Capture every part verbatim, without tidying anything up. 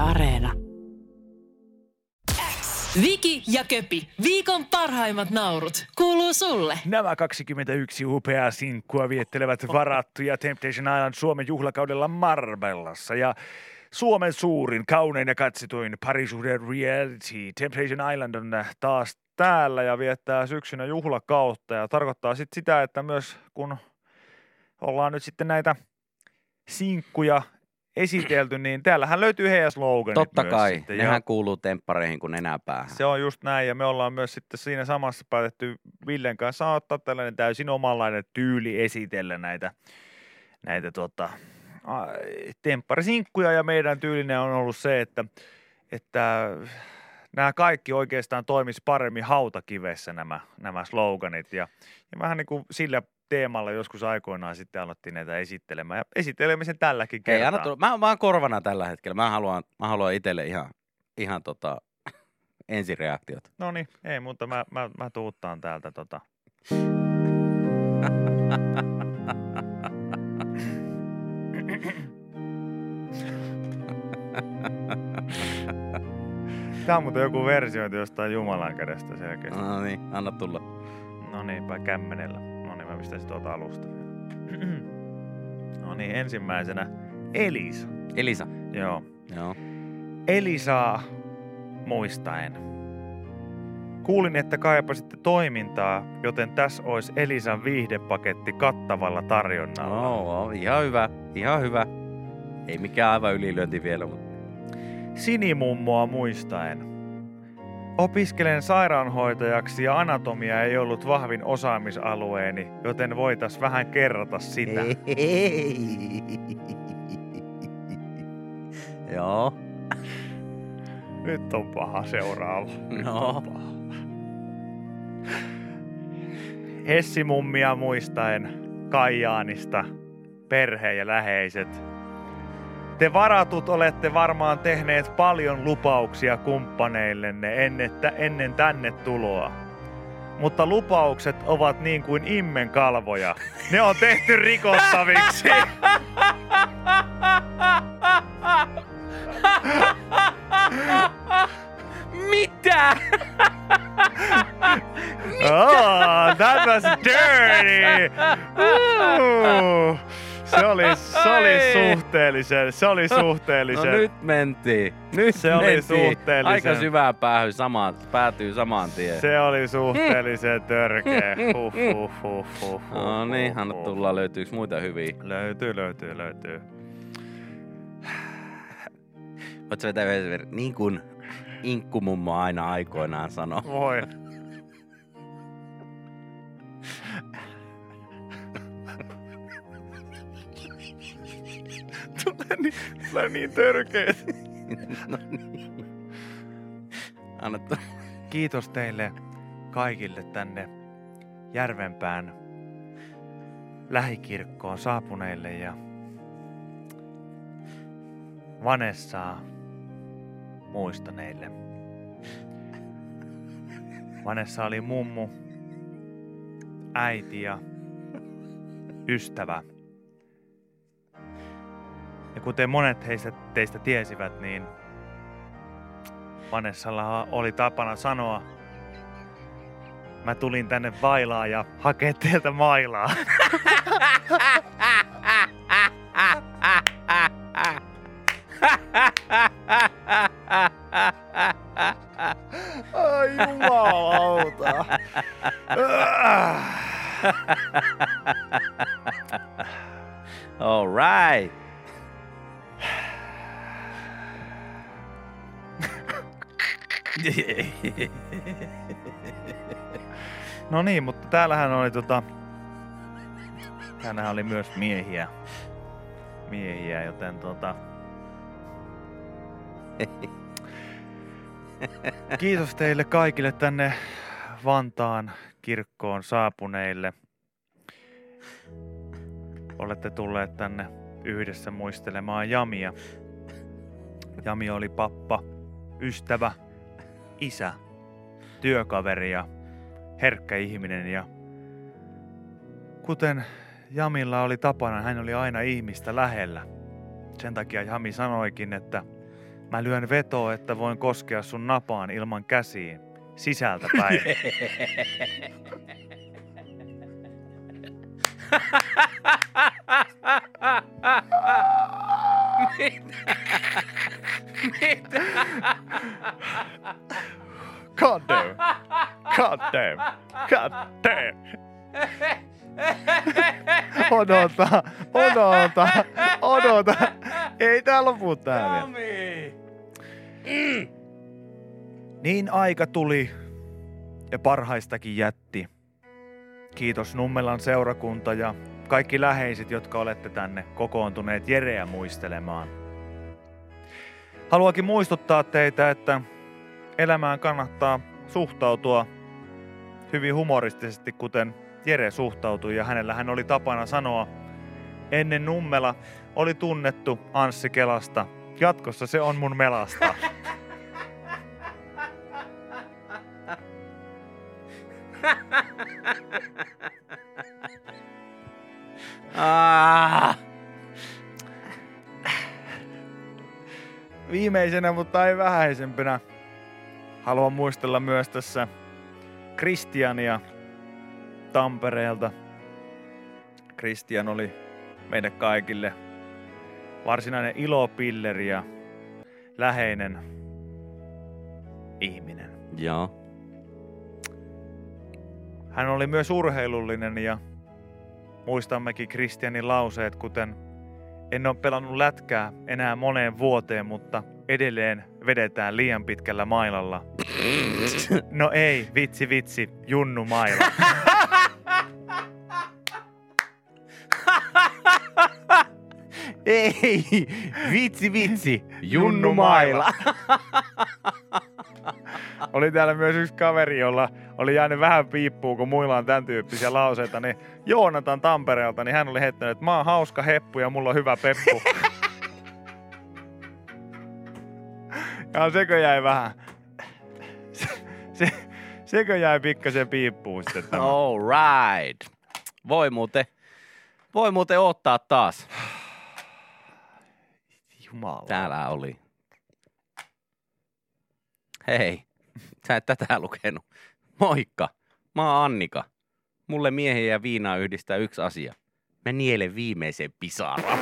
Areena. Viki ja Köpi, viikon parhaimmat naurut, kuuluu sulle. Nämä kaksikymmentäyksi upeaa sinkkua viettelevät varattuja Temptation Island Suomen juhlakaudella Marbellassa. Ja Suomen suurin, kaunein ja katsituin parisuhde reality Temptation Island on taas täällä ja viettää syksynä juhlakautta. Ja tarkoittaa sitten sitä, että myös kun ollaan nyt sitten näitä sinkkuja esitelty, niin täällähän löytyy heidän sloganit. Totta myös kai, sitten. nehän Ja kuuluu temppareihin kuin nenäpäähän. se on just näin, ja me ollaan myös sitten siinä samassa päätetty Villen kanssa ottaa tällainen täysin omanlainen tyyli esitellä näitä, näitä tota, tempparisinkkuja, ja meidän tyylinen on ollut se, että, että nämä kaikki oikeastaan toimisi paremmin hautakivessä nämä, nämä sloganit, ja, ja vähän niin kuin sillä teemalla joskus aikoinaan sitten alettiin näitä esittelemään, ja esittelemme sen tälläkin kertaa. Ei, anna tulla. Mä, mä oon korvana tällä hetkellä. Mä haluan, mä haluan itselle ihan, ihan tota, ensireaktiot. No niin, ei, mutta mä, mä, mä tuuttaan täältä tota. Tää on muuten joku versiointi jostain Jumalan kädestä selkeästi. No niin, anna tulla. No niinpä, kämmenellä. No niin, mä pistäisin tuolta alusta vielä. No niin, ensimmäisenä Elisa. Elisa. Joo. Joo. Elisaa muistaen. Kuulin, että kaipasitte toimintaa, joten tässä olisi Elisan viihdepaketti kattavalla tarjonnalla. No, ihan hyvä, ihan hyvä. Ei mikään aivan ylilyönti vielä, mutta Sinimummoa muistaen. Opiskelen sairaanhoitajaksi ja anatomia ei ollut vahvin osaamisalueeni, joten voitais vähän kerrata sitä. Joo. Nyt on paha seuraava. Nyt No. on paha. Hessimummia muistaen Kaijaanista, perhe ja läheiset. Te varatut olette varmaan tehneet paljon lupauksia kumppaneillenne ennen, ennen tänne tuloa. Mutta lupaukset ovat niin kuin immenkalvoja. Ne on tehty rikottaviksi. Mitä? Oh, that was dirty. Uh, se oli, se oli suhteellisen, se oli suhteellisen. No nyt mentiin. Nyt Se oli mentiin. suhteellisen. Aika syvään päähy samaan, päätyy samaan tien. Se oli suhteellisen törkeä. Huh, huh, huh, huh, No niin, huh, anna huh. tulla. Löytyykö muita hyviä? Löytyy, löytyy, löytyy. Voit sä vetää yhdessä, niin kuin inkkumummo aina aikoinaan sanoi. Voi. Tulee niin, tulee niin törkeet. No niin. Anna tulla. Kiitos teille kaikille tänne Järvenpään lähikirkkoon saapuneille ja Vanessaa muistaneille. Vanessa oli mummu, äiti ja ystävä. Ja kuten monet heistä teistä tiesivät, niin Vanessalla oli tapana sanoa, mä tulin tänne vailaa ja hakee teiltä mailaa. Ai jumalauta. All right. No niin, mutta täällähän oli tota... Täällähän oli myös miehiä. Miehiä, joten tota... Kiitos teille kaikille tänne Vantaan kirkkoon saapuneille. Olette tulleet tänne yhdessä muistelemaan Jamia. Jami oli pappa, ystävä, isä, työkaveri ja herkkä ihminen. Ja kuten Jamilla oli tapana, hän oli aina ihmistä lähellä. Sen takia Jami sanoikin, että Mä lyön vetoa, että voin koskea sun napaan ilman käsiin. Sisältä päin. Mitä? God damn. God damn. God damn. Odota, odota, odota. Ei tää lopu tää vielä. Mm. Niin aika tuli ja parhaistakin jätti. Kiitos Nummelan seurakunta ja kaikki läheiset, jotka olette tänne kokoontuneet Jereä muistelemaan. Haluankin muistuttaa teitä, että elämään kannattaa suhtautua hyvin humoristisesti, kuten Jere suhtautui, ja hänellähän oli tapana sanoa, ennen Nummela oli tunnettu Anssi Kelasta, jatkossa se on mun melasta. Ah. Viimeisenä, mutta ei vähäisempänä, haluan muistella myös tässä Kristiania Tampereelta. Kristian oli meille kaikille varsinainen ilopilleri ja läheinen ihminen. Joo. Hän oli myös urheilullinen ja muistammekin Kristianin lauseet, kuten en ole pelannut lätkää enää moneen vuoteen, mutta edelleen vedetään liian pitkällä mailalla. No ei, vitsi vitsi, Junnu Maila. Ei, vitsi vitsi, Junnu Maila. Oli täällä myös yksi kaveri, jolla oli jäänyt vähän piippuun, kun muilla on tämän tyyppisiä lauseita, niin Joonatan Tampereelta, niin hän oli heittänyt, että mä oon hauska heppu ja mulla on hyvä peppu. Ja sekö jäi vähän, se, se, sekö jäi pikkasen piippuun sitten tämä. All right. Voi muuten, voi muuten ottaa taas. Jumala. Täällä oli. Hei, sä et tätä lukenut. Moikka, mä oon Annika. Mulle miehen ja viinaa yhdistää yksi asia. Mä nielen viimeisen pisaran.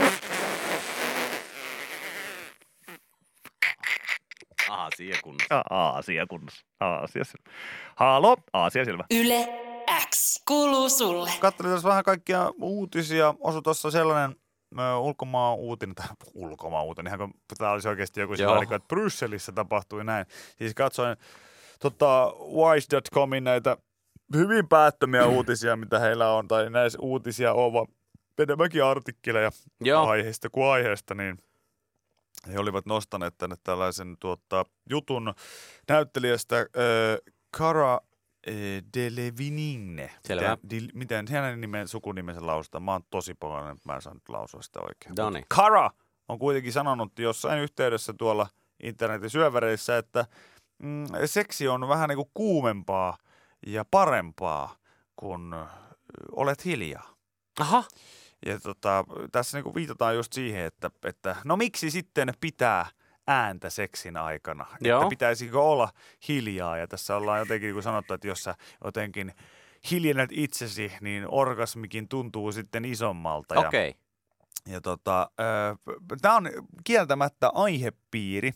Aasia kunnossa. Aasia kunnossa. Aasia selvä. Halo, Aasia selvä. Yle X kuuluu sulle. Katselin tässä vähän kaikkia uutisia. Osui tuossa sellainen ö, ulkomaan uutinen, tai ulkomaan uutinen, ihan kun tämä olisi oikeasti joku sellainen, että Brysselissä tapahtui näin. Siis katsoin tota, wise piste comin näitä hyvin päättömiä uutisia, mitä heillä on, tai näissä uutisia on vaan enemmänkin artikkeleja Joo. aiheesta kuin aiheesta, niin he olivat nostaneet tänne tällaisen tuota, jutun näyttelijästä äh, Cara Delevingne. Selvä. Miten, miten hänen nimen, sukunimensä lausutaan? Mä oon tosi pahoillani, että mä en saa nyt lausua sitä oikein. Doni. Cara on kuitenkin sanonut jossain yhteydessä tuolla internetin syövereissä, että mm, seksi on vähän niin kuin kuumempaa ja parempaa, kun olet hiljaa. Aha. Ja tota, tässä niinku viitataan just siihen, että, että no miksi sitten pitää ääntä seksin aikana? Joo. Että pitäisikö olla hiljaa? Ja tässä ollaan jotenkin niin kuin sanottu, että jos sä jotenkin hiljennät itsesi, niin orgasmikin tuntuu sitten isommalta. Okei. Okay. Ja, ja tota, tämä on kieltämättä aihepiiri,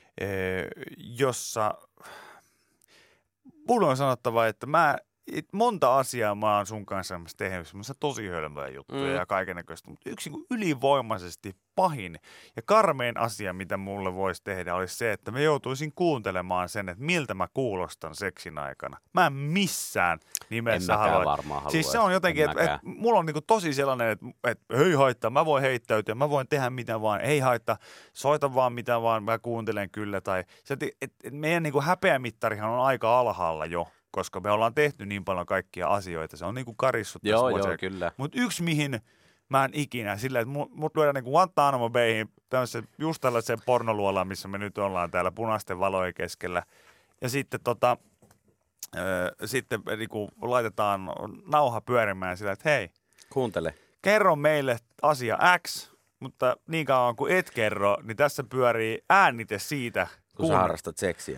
jossa mun on sanottava, että mä Et monta asiaa mä oon sun kanssa tehnyt semmoisia tosi hölmöjä juttuja mm. ja kaikennäköistä, mutta yksi ylivoimaisesti pahin ja karmein asia, mitä mulle voisi tehdä, olisi se, että mä joutuisin kuuntelemaan sen, että miltä mä kuulostan seksin aikana. Mä en missään nimessä halua. varmaan halua. Siis se on jotenkin, että et, mulla on niinku tosi sellainen, että et, ei haittaa, mä voin heittäytyä, mä voin tehdä mitä vaan, ei haittaa, soita vaan mitä vaan, mä kuuntelen kyllä. Tai se, et, et, et meidän niinku häpeämittarihan on aika alhaalla jo. Koska me ollaan tehty niin paljon kaikkia asioita. Se on niin kuin karissut tässä Joo, vuosia. joo, kyllä. Mutta yksi, mihin mä en ikinä, sillä että mut, mut lyödään niin kuin Guantanamo Bayhin, tämmöisen just tällaiseen pornoluolaan, missä me nyt ollaan täällä punaisten valojen keskellä. Ja sitten tota, ö, sitten niin kuin laitetaan nauha pyörimään sillä, että hei, kuuntele. kerro meille asia X, mutta niin kauan kuin et kerro, niin tässä pyörii äänite siitä. Kun sä harrastat seksiä.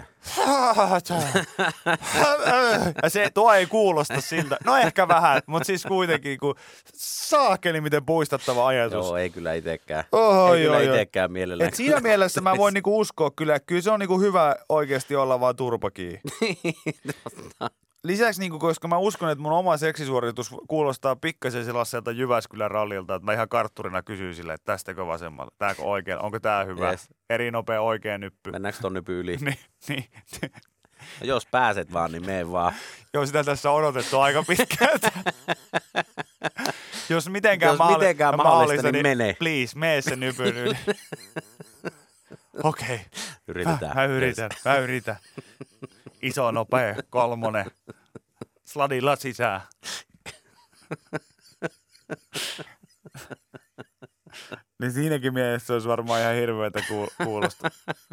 Ja se, tuo ei kuulosta siltä. No ehkä vähän, mutta siis kuitenkin, kun saakeli miten puistattava ajatus. Joo, ei kyllä itekään. Oh, ei joo, kyllä joo. itekään mielellään. Et siinä mielessä mä voin niinku uskoa kyllä, kyllä se on niinku hyvä oikeasti olla vaan turpakiin. Lisäksi, niinku, koska mä uskon, että mun oma seksisuoritus kuulostaa pikkasen sellaiselta Jyväskylän rallilta, että mä ihan kartturina kysyin sille, että tästäkö vasemmalle, tääkö oikein, onko tää hyvä, Yes. eri nopea oikea nyppy. Mennäänkö ton nypy yli? niin, niin. No, jos pääset vaan, niin mene vaan. Joo, sitä tässä on odotettu aika pitkältä. Jos mitenkään, Jos maali- mitenkään mahdollista, niin mene. Please, mene se nypyn yli. Okei. Okay. Yritetään. Mä, mä yritän, mä yritän. Iso, nopea, kolmonen. Sladilla sisään. Niin siinäkin mielessä se olisi varmaan ihan hirveätä kuulosta.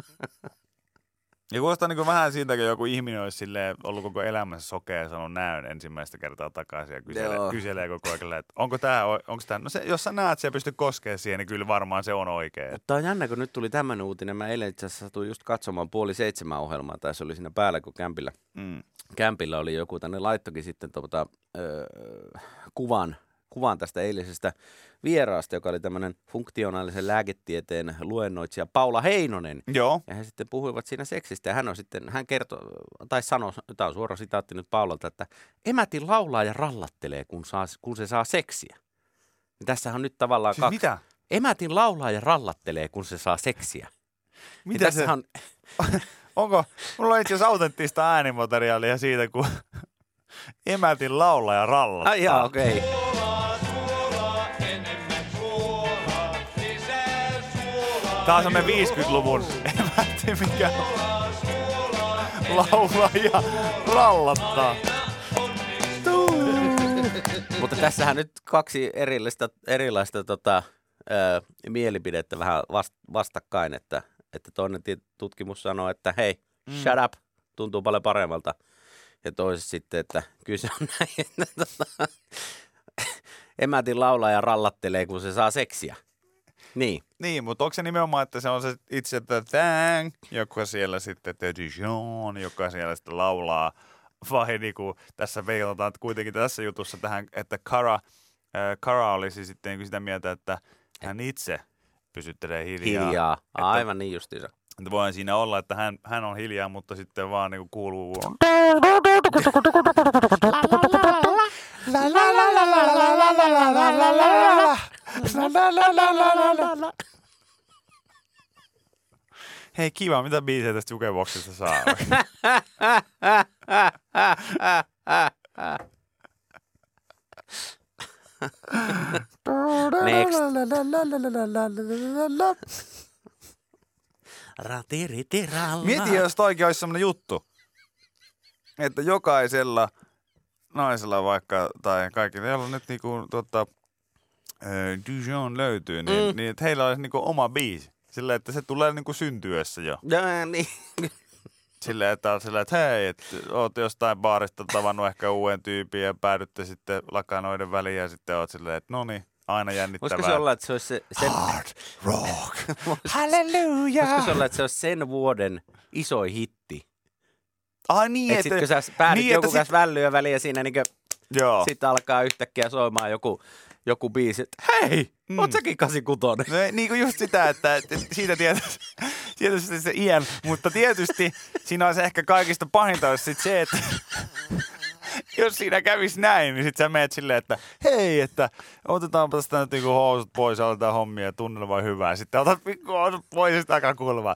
Ja kuulostaa niin kuin vähän siitä, kun joku ihminen olisi silleen ollut koko elämänsä sokea ja sanonut näyn ensimmäistä kertaa takaisin ja kyselee, kyselee koko ajan, että onko tämä, onko tämä, no se, jos sä näet, se pystyy koskemaan siihen, niin kyllä varmaan se on oikein. Mutta on jännä, kun nyt tuli tämmöinen uutinen. Mä eilen itse asiassa satuin just katsomaan puoli seitsemän ohjelmaa, tai se oli siinä päällä, kun kämpillä, Mm. kämpillä oli joku, tänne laittokin sitten tuota, öö, kuvan, kuvan tästä eilisestä vieraasta, joka oli tämmöinen funktionaalisen lääketieteen luennoitsija Paula Heinonen. Joo. Ja he sitten puhuivat siinä seksistä ja hän on sitten, hän kertoi, tai sanoi, tämä on suora sitaatti nyt Paulalta, että emätin laulaa ja rallattelee, kun, saa, kun se saa seksiä. Ja tässähän on nyt tavallaan Siis kaksi. mitä? Emätin laulaa ja rallattelee, kun se saa seksiä. Mitä se on? Onko, mulla on itse asiassa autenttista äänimateriaalia siitä, kun emätin laulaa ja rallattaa. Ai jaa, okei. Okay. Tää on semmonen viisikymmentäluvun emätti, mikä laulaa ja rallattaa. Mutta tässähän nyt kaksi erillistä, erilaista tota, ö, mielipidettä vähän vast, vastakkain, että, että toinen tutkimus sanoo, että hei, mm. shut up, tuntuu paljon paremmalta. Ja toisessa sitten, että kyllä se on näin, että tota, emätin laulaa ja rallattelee, kun se saa seksiä. Niin. Niin, mutta onko se nimenomaan, että se on se itse The Thang, joka siellä sitten, The Dijon, joka siellä sitten laulaa, vai niinku tässä veikataan kuitenkin tässä jutussa tähän, että Cara, äh, Cara olisi sitten niinku sitä mieltä, että hän itse pysyttelee hiljaa. Hiljaa, että, aivan niin justiinsa. Että voihan siinä olla, että hän, hän on hiljaa, mutta sitten vaan niinku kuuluu... Hei, kiva, mitä biisejä tästä Jukeboxista saa? Next. Ratiritiralla. Mieti, jos toikin olisi semmoinen juttu, että jokaisella naisella vaikka, tai kaikilla, joilla nyt niinku tota, äh, Dijon löytyy, niin, mm. niin että heillä olisi niinku oma biisi. Silleen, että se tulee niinku syntyessä jo. No, niin. Silleen, että on silleen, että hei, että oot jostain baarista tavannut ehkä uuden tyypin ja päädytte sitten lakanoiden väliin ja sitten oot silleen, että no niin, aina jännittävää. Voisiko se olla, että se olisi se... Sen... Hard rock, hallelujah. Voisiko se olla, että se olisi sen vuoden isoin hitti? Ai niin, Et että... sit kun sä päädyt niin, joku sit... kanssa vällyä väliin ja siinä niin sitten alkaa yhtäkkiä soimaan joku, joku biisi, että hei, mm. oot säkin kahdeksankymmentäkuusi. No, niin kuin just sitä, että, että siitä tietysti, tietysti se iän, mutta tietysti siinä on se ehkä kaikista pahinta olisi sit se, että jos siinä kävisi näin, niin sit sä meet silleen, että hei, että otetaanpa tästä nyt niinku housut pois, aletaan hommia ja tunnelma on hyvää. Sitten otat pikku housut pois ja sitten alkaa kuuluvaa.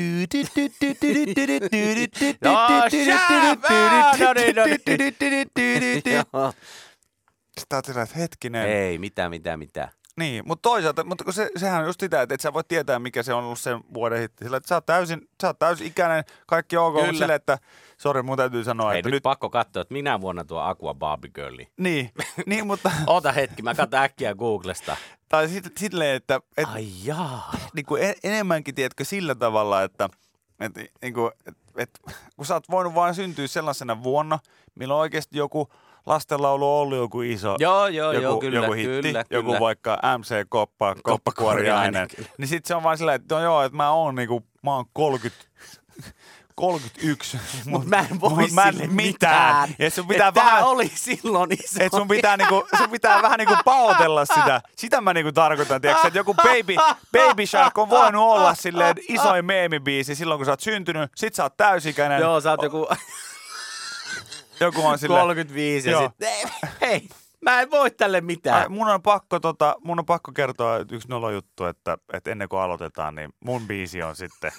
Sitten oot silleen, että hetkinen. Ei, mitä, mitä, mitä. Niin, mutta toisaalta, mutta kun se, sehän on just sitä, että et sä voit tietää, mikä se on ollut sen vuoden hitti. Sillä, että sä oot täysin, sä oot täysin ikäinen, kaikki ok, mutta silleen, että sori, mun täytyy sanoa, Hei, että nyt, nyt... pakko katsoa, että minä vuonna tuo Aqua Barbie Girli. Niin, niin, mutta... Ota hetki, mä katson äkkiä Googlesta. Tai sit, silleen, että... Et, Ai jaa. niin kuin en, enemmänkin, tiedätkö, sillä tavalla, että... Et, niin kuin, et, et, kun sä oot voinut vaan syntyä sellaisena vuonna, milloin oikeasti joku lastenlaulu on ollut joku iso, Joo, joo, joku, joo, kyllä, joku hitti, kyllä, joku kyllä. vaikka M C Koppa, koppakuoriainen, niin sit se on vaan silleen, että no joo, että mä oon niinku, mä oon kolmekymmentä, kolmekymmentäyksi, Mut mä en voi mut mä en sille mitään. mitään. Ja sun pitää Et tää vähän, oli silloin iso. et sun pitää niinku, sun pitää vähän niinku paotella sitä. Sitä mä niinku tarkoitan, tiiäks, että joku baby, baby Shark on voinut olla silleen isoin meemibiisi silloin, kun sä oot syntynyt, sit sä oot täysikäinen. Joo, sä oot joku Joku on silleen, kolmekymmentäviisi ja Joo. sitten, hei, mä en voi tälle mitään. Ai, mun on pakko, tota, mun on pakko kertoa yksi nolojuttu, että, että ennen kuin aloitetaan, niin mun biisi on sitten...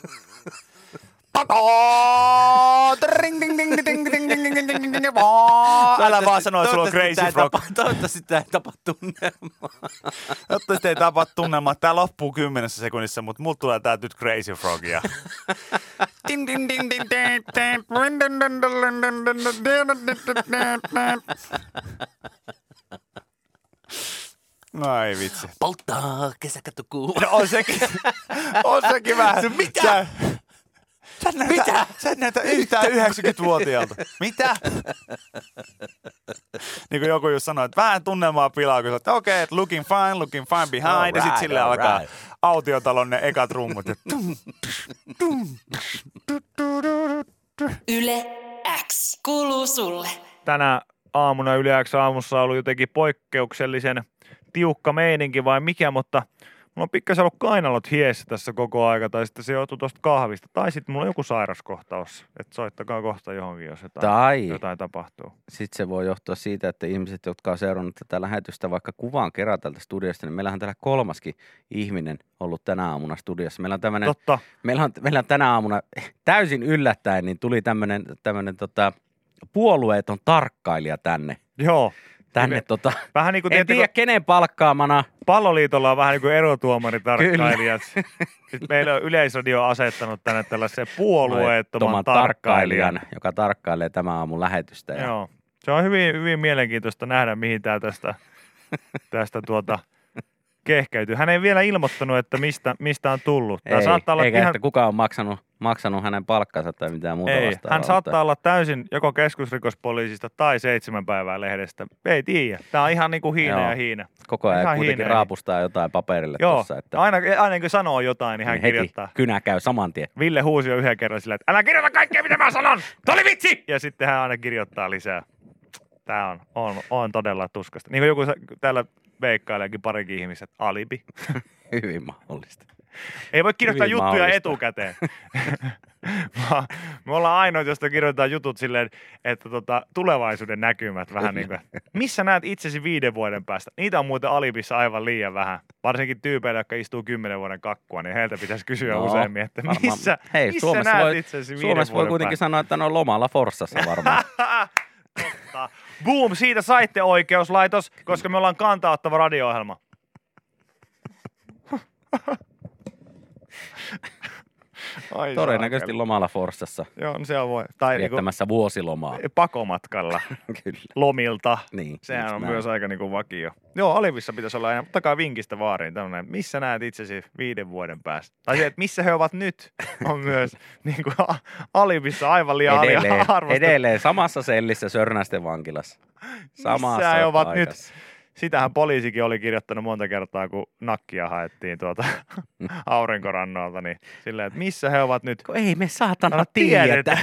Älä vaan sano, että sulla on Crazy Frog. Toivottavasti tää ei tapa tunnelmaa. Toivottavasti ei tapa tunnelmaa. Tää loppuu kymmenessä sekunnissa, mutta mulla tulee tää nyt Crazy Frogia. No ei vitsi. Polttaa kesäkatukuu. No on sekin, on sekin vähän. Mitä? Sä, sä et näytä, Mitä? Sä et näytä yhtään yhdeksänkymmentävuotiaalta. Mitä? Niin kuin joku just sanoi, että vähän tunnelmaa pilaa, kun sä oot, okei, okay, looking fine, looking fine behind, All ja sit right, sille all alkaa right. autiotalon ne ekat rummut. Ja tum, tum, tum, tum, tum. Yle X kuuluu sulle. Tänä aamuna Yle X aamussa on ollut jotenkin poikkeuksellisen tiukka meininki vai mikä, mutta mulla on pikkasen ollut kainalot hiessä tässä koko aika, tai sitten se joutuu tuosta kahvista, tai sitten mulla on joku sairaskohtaus, että soittakaa kohta johonkin, jos jotain, Tai jotain tapahtuu. sitten se voi johtua siitä, että ihmiset, jotka on seurannut tätä lähetystä vaikka kuvaan kerran tältä studiosta, niin meillähän on täällä kolmaskin ihminen ollut tänä aamuna studiossa. Meillä on tämmöinen, Totta. meillä on, meillä on tänä aamuna täysin yllättäen, niin tuli tämmöinen, tämmöinen tota, puolueeton tarkkailija tänne. Joo. Tänne Niin, tota, Vähän niin kuin en tiedä tiedätkö, kenen palkkaamana. Palloliitolla on vähän niin kuin erotuomaritarkkailijat. Sitten meillä on Yleisradio asettanut tänne tällaisen puolueettoman tarkkailijan. joka tarkkailee tämän aamun lähetystä. Ja Joo. Se on hyvin, hyvin mielenkiintoista nähdä, mihin tämä tästä, tästä tuota kehkeytyy. Hän ei vielä ilmoittanut, että mistä, mistä on tullut. Tämä ei, saattaa olla eikä ihan, että kuka on maksanut, maksanut hänen palkkansa tai mitään muuta ei, vastaavaa. hän saattaa olla täysin joko keskusrikospoliisista tai seitsemän päivää lehdestä. Ei tiedä. Tämä on ihan niin kuin hiina Joo. ja hiina. Koko ajan ihan kuitenkin hiineä. raapustaa jotain paperille Joo, tuossa, että aina, aina kun sanoo jotain, niin hän niin heti kirjoittaa. kynä käy saman tien. Ville huusi jo yhden kerran sillä, että älä kirjoita kaikkea, mitä mä sanon! Tämä oli vitsi! Ja sitten hän aina kirjoittaa lisää. Tämä on, on, on todella tuskasta. Niin kuin joku sa- täällä veikkaileekin parikin ihmiset, alibi. Hyvin mahdollista. Ei voi kirjoittaa Hyvin juttuja mahdollista. etukäteen. Mä- Me ollaan ainoat, josta kirjoitetaan jutut silleen, että tota, tulevaisuuden näkymät vähän niin kuin, missä näet itsesi viiden vuoden päästä? Niitä on muuten alibissa aivan liian vähän. Varsinkin tyypeillä, jotka istuu kymmenen vuoden kakkua, niin heiltä pitäisi kysyä No, useammin, että varmaan- missä, Hei, missä Suomessa näet voi- itsesi viiden Suomessa voi vuoden kuitenkin päästä? sanoa, että ne on lomalla Forssassa varmaan. Totta. Boom, siitä saitte oikeuslaitos, koska me ollaan kantauttava radio-ohjelma. Ai Todennäköisesti saakeli. lomalla Forssassa Joo, no se on voi. Tai niinku viettämässä vuosilomaa. pakomatkalla Kyllä. lomilta. Niin, Sehän just on näin. myös aika niinku vakio. Joo, Alivissa pitäisi olla aina, takaa vinkistä vaariin tämmöinen, missä näet itsesi viiden vuoden päästä. Tai se, että missä he ovat nyt, on myös niinku Alivissa aivan liian Edelleen, arvostettu. edelleen samassa sellissä Sörnäisten vankilassa. Samassa Missä he ovat paikassa. nyt? Sitähän poliisikin oli kirjoittanut monta kertaa, kun nakkia haettiin tuolta aurinkorannolta, niin silleen, että missä he ovat nyt? Kun ei me saatana No, tiedetä.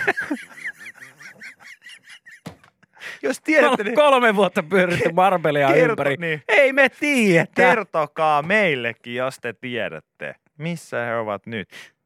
Jos tiedätte, niin Kolme vuotta pyöritte Marbelea Kerto- ympäri. niin. Ei me tiedetä. kertokaa meillekin, jos te tiedätte, missä he ovat nyt.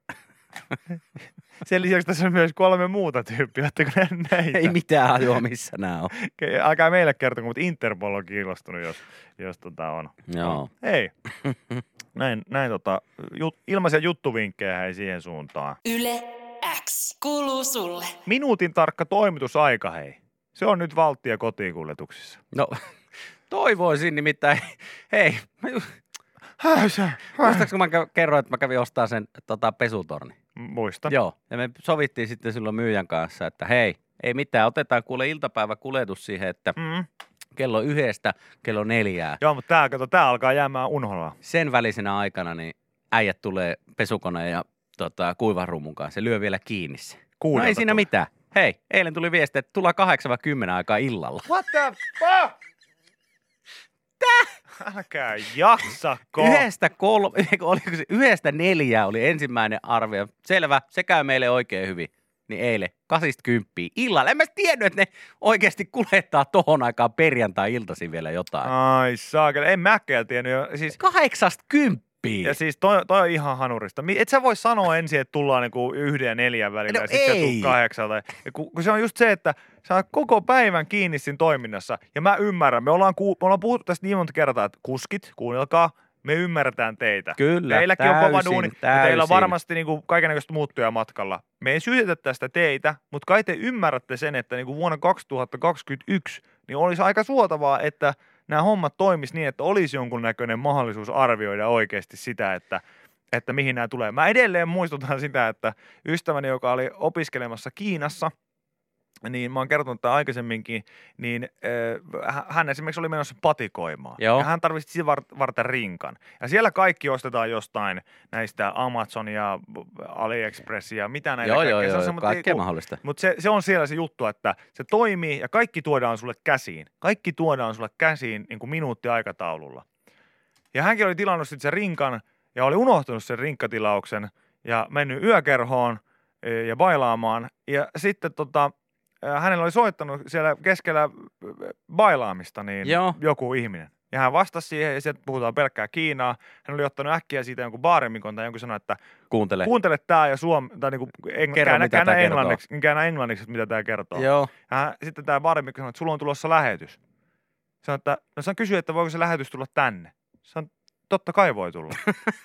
Sen lisäksi tässä on myös kolme muuta tyyppiä, oletteko ne näitä? Ei mitään hajua, missä nämä on. Okei, älkää meille kertoa, mutta Interpol on kiinnostunut, jos, jos tota on. Joo. Hei, näin, näin tota, jut, ilmaisia juttuvinkkejä ei siihen suuntaan. Yle X kuuluu sulle. Minuutin tarkka toimitusaika, hei. Se on nyt valttia kotiinkuljetuksissa. No, toivoisin nimittäin. Hei, mä ju- Häysä. muistaaks kun mä kä- kerroin, että mä kävin ostaa sen tota, pesutorni? Muista. Joo, ja me sovittiin sitten silloin myyjän kanssa, että hei, ei mitään, otetaan kuule iltapäiväkuljetus siihen, että Mm. kello yhdestä, kello neljää. Joo, mutta tää, kato, tää alkaa jäämään unholaan. Sen välisenä aikana niin äijät tulee pesukoneen ja tota, kuivarummun kanssa. Se lyö vielä kiinni se. No Kuudelta ei siinä tulee. mitään. hei, eilen tuli viesti, että tullaan kahdeksan vai kymmenen aikaa illalla. What the fuck? Älkää jaksako. Yhdestä kolme, oliko se yhdestä neljää oli ensimmäinen arvio. Selvä, se käy meille oikein hyvin. Niin eilen kasista kymppiä illalla. En mä tiennyt, että ne oikeasti kuljettaa tohon aikaan perjantai-iltaisin vielä jotain. Ai saakeli, en mäkään tiennyt. Siis, Kahdeksasta kymppiä. ja siis toi, toi on ihan hanurista. Mi- Et sä voi sanoa ensin, että tullaan niinku yhden ja neljän välillä No ja sitten se ei. tuu kahdeksalta. Ja kun, kun se on just se, että sä oot koko päivän kiinni siinä toiminnassa. Ja mä ymmärrän, me ollaan, ku, me ollaan puhuttu tästä niin monta kertaa, että kuskit, kuunnelkaa, me ymmärretään teitä. Kyllä, Teilläkin on kova täysin, duuni, ja täysin. teillä on varmasti niinku kaikennäköistä muuttuja matkalla. Me ei syytetä tästä teitä, mutta kai te ymmärrätte sen, että niinku vuonna kaksituhattakaksikymmentäyksi niin olisi aika suotavaa, että nämä hommat toimis niin, että olisi jonkunnäköinen mahdollisuus arvioida oikeasti sitä, että, että mihin nämä tulee. Mä edelleen muistutan sitä, että ystäväni, joka oli opiskelemassa Kiinassa, niin mä oon kertonut tämän aikaisemminkin, niin äh, hän esimerkiksi oli menossa patikoimaan. Joo. Ja hän tarvitsi sitä var- varten rinkan. Ja siellä kaikki ostetaan jostain näistä Amazonia, AliExpressia, mitä näitä Joo, kaikkea. joo, Se on joo, semmoinen kaikkea niinku- mahdollista. Mutta se, se on siellä se juttu, että se toimii ja kaikki tuodaan sulle käsiin. Kaikki tuodaan sulle käsiin niin kuin minuuttiaikataululla. Ja hänkin oli tilannut sitten sen rinkan ja oli unohtunut sen rinkkatilauksen ja mennyt yökerhoon e, ja bailaamaan. Ja sitten tota, ä, hänellä oli soittanut siellä keskellä bailaamista niin Joo. joku ihminen. Ja hän vastasi siihen ja sieltä puhutaan pelkkää Kiinaa. Hän oli ottanut äkkiä siitä jonkun baarimikon tai jonkun sanoi, että Kuuntele. kuuntele tää ja suomi, tai niinku engl- Kerro, käännä, mitä käännä tää kertoo. englanniksi, käännä englanniksi, että mitä tää kertoo. Joo. Ja hän, sitten tää baarimikko sanoi, että sulla on tulossa lähetys. Sanoi, että no sä kysyi, että voiko se lähetys tulla tänne. Sanoin, totta kai voi tulla.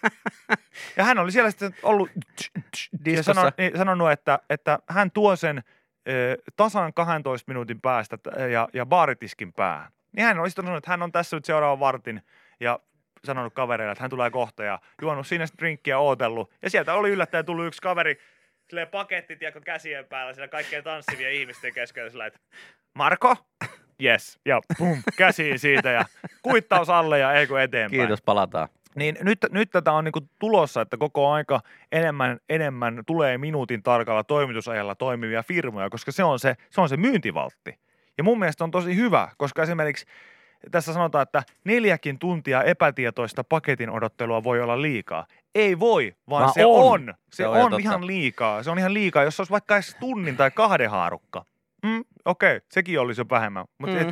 Ja hän oli siellä sitten ollut ja Diskossa. sanonut, niin, sanonut, että, että hän tuo sen ö, tasan kahdentoista minuutin päästä t- ja, ja baaritiskin päähän. Niin hän oli sanonut, että hän on tässä nyt seuraavan vartin ja sanonut kavereille, että hän tulee kohta ja juonut siinä sitten drinkkiä ootellut. Ja sieltä oli yllättäen tullut yksi kaveri, silleen pakettit ja käsien päällä siellä kaikkien tanssivia ihmisten keskellä sillä, että Marko? Yes. Ja pum, käsiin siitä ja kuittaus alle ja ei kun eteenpäin. Kiitos, palataan. Niin nyt, nyt tätä on niinku tulossa, että koko aika enemmän, enemmän tulee minuutin tarkalla toimitusajalla toimivia firmoja, koska se on se, se on se myyntivaltti. Ja mun mielestä on tosi hyvä, koska esimerkiksi tässä sanotaan, että neljäkin tuntia epätietoista paketin odottelua voi olla liikaa. Ei voi, vaan, Vaan se on. on. Se, Se on, on on totta. ihan liikaa. Se on ihan liikaa, jos se olisi vaikka edes tunnin tai kahden haarukka. Mm, Okei, okay, sekin olisi jo vähemmän. Mutta Mm. mm.